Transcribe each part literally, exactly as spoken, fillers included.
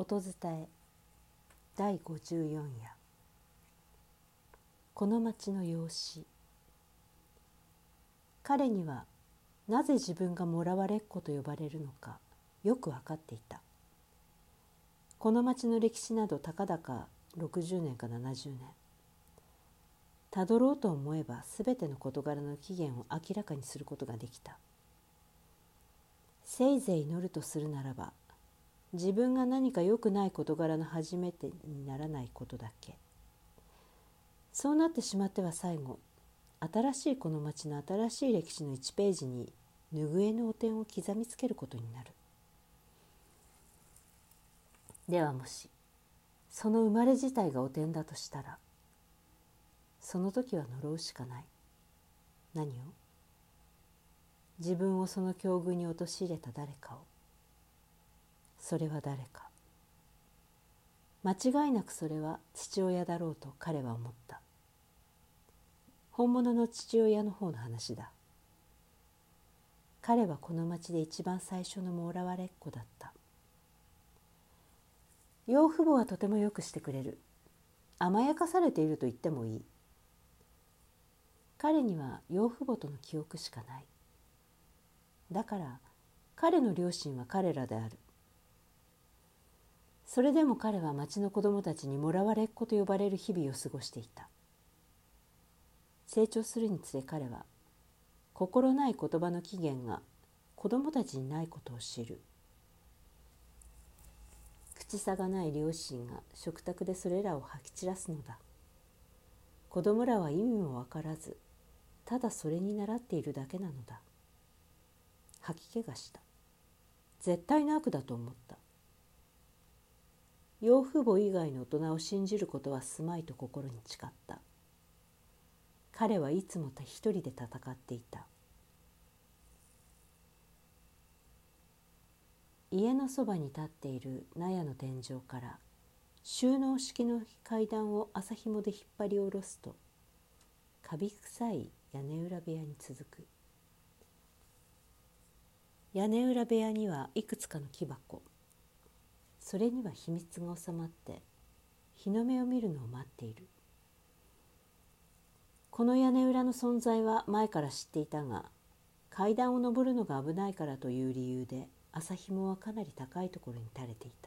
音伝えだいごじゅうよん夜。この町の養子。彼にはなぜ自分がもらわれっ子と呼ばれるのかよく分かっていた。この町の歴史などたかだかろくじゅうねんかななじゅうねん。たどろうと思えばすべての事柄の起源を明らかにすることができた。せいぜい祈るとするならば、自分が何か良くない事柄の初めてにならないことだけ。そうなってしまっては最後、新しいこの町の新しい歴史のいちページに拭えぬ汚点を刻みつけることになる。ではもしその生まれ自体が汚点だとしたら、その時は呪うしかない。何を？自分をその境遇に陥れた誰かを。それは誰か。間違いなくそれは父親だろうと彼は思った。本物の父親の方の話だ。彼はこの町で一番最初のもらわれっ子だった。養父母はとてもよくしてくれる。甘やかされていると言ってもいい。彼には養父母との記憶しかない。だから彼の両親は彼らである。それでも彼は町の子供たちにもらわれっ子と呼ばれる日々を過ごしていた。成長するにつれ彼は心ない言葉の起源が子供たちにないことを知る。口さがない両親が食卓でそれらを吐き散らすのだ。子供らは意味もわからず、ただそれに倣っているだけなのだ。吐き気がした。絶対の悪だと思った。養父母以外の大人を信じることはすまいと心に誓った。彼はいつも一人で戦っていた。家のそばに立っている納屋の天井から収納式の階段を麻紐で引っ張り下ろすと、カビ臭い屋根裏部屋に続く。屋根裏部屋にはいくつかの木箱。それには秘密が収まって日の目を見るのを待っている。この屋根裏の存在は前から知っていたが、階段を上るのが危ないからという理由で麻紐はかなり高いところに垂れていた。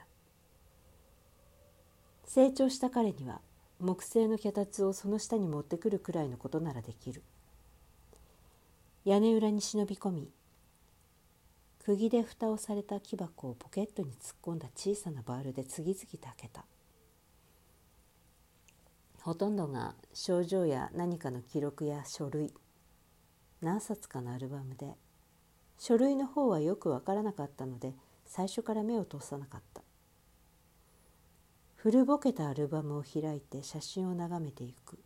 成長した彼には木製の脚立をその下に持ってくるくらいのことならできる。屋根裏に忍び込み、釘で蓋をされた木箱をポケットに突っ込んだ小さなバールで次々と開けた。ほとんどが症状や何かの記録や書類、何冊かのアルバムで、書類の方はよくわからなかったので最初から目を通さなかった。古ぼけたアルバムを開いて写真を眺めていく。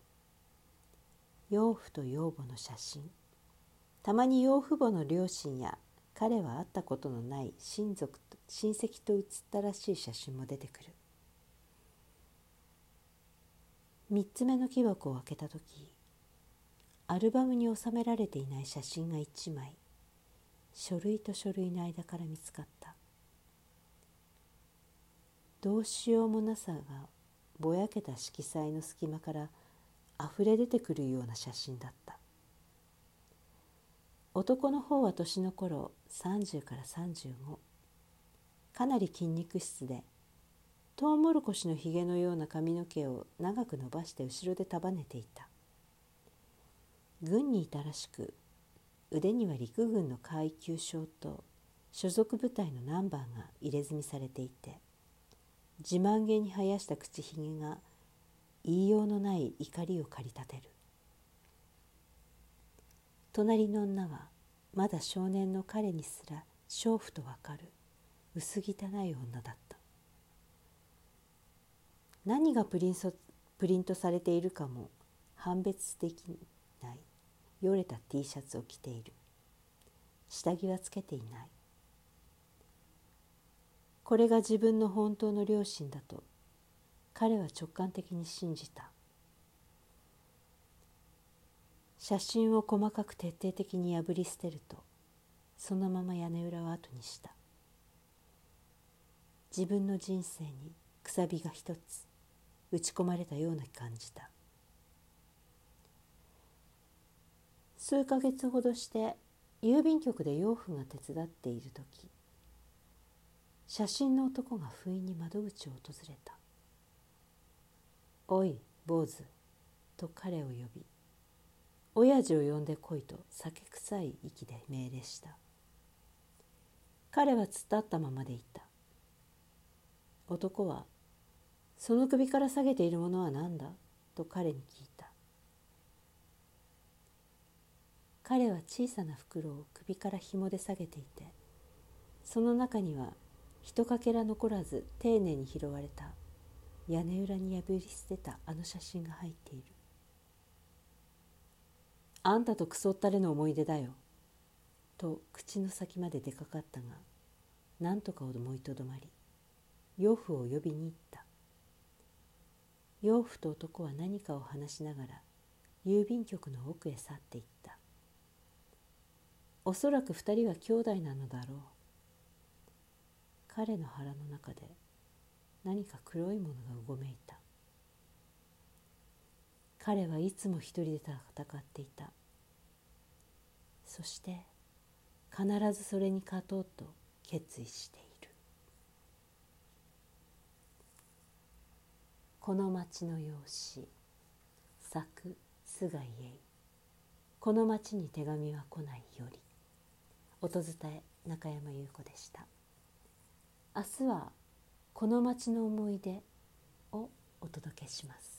養父と養母の写真、たまに養父母の両親や彼は会ったことのない親族と親戚と写ったらしい写真も出てくる。三つ目の木箱を開けたとき、アルバムに収められていない写真が一枚、書類と書類の間から見つかった。どうしようもなさがぼやけた色彩の隙間からあふれ出てくるような写真だった。男の方は年の頃さんじゅうからさんじゅうご、かなり筋肉質で、トウモロコシのひげのような髪の毛を長く伸ばして後ろで束ねていた。軍にいたらしく、腕には陸軍の階級章と所属部隊のナンバーが入れ墨されていて、自慢げに生やした口ひげが言いようのない怒りを駆り立てる。隣の女はまだ少年の彼にすら娼婦とわかる薄汚い女だった。何がプリンソプリントされているかも判別できないよれた T シャツを着ている。下着はつけていない。これが自分の本当の両親だと彼は直感的に信じた。写真を細かく徹底的に破り捨てると、そのまま屋根裏を後にした。 自分の人生にくさびが一つ打ち込まれたような感じた。数ヶ月ほどして郵便局で養父が手伝っているとき、写真の男が不意に窓口を訪れた。おい、坊主と彼を呼び、親父を呼んでこいと酒臭い息で命令した。彼は突っ立ったままでいた。男は、その首から下げているものは何だと彼に聞いた。彼は小さな袋を首から紐で下げていて、その中には一かけら残らず丁寧に拾われた屋根裏に破り捨てたあの写真が入っている。あんたとクソったれの思い出だよ、と口の先まで出かかったが、なんとか思いとどまり、養父を呼びに行った。養父と男は何かを話しながら郵便局の奥へ去っていった。おそらく二人は兄弟なのだろう。彼の腹の中で何か黒いものがうごめいた。彼はいつも一人で戦っていた。そして必ずそれに勝とうと決意している。この町の養子、作須貝栄。この町に手紙は来ないより。音伝え中山優子でした。明日はこの町の思い出をお届けします。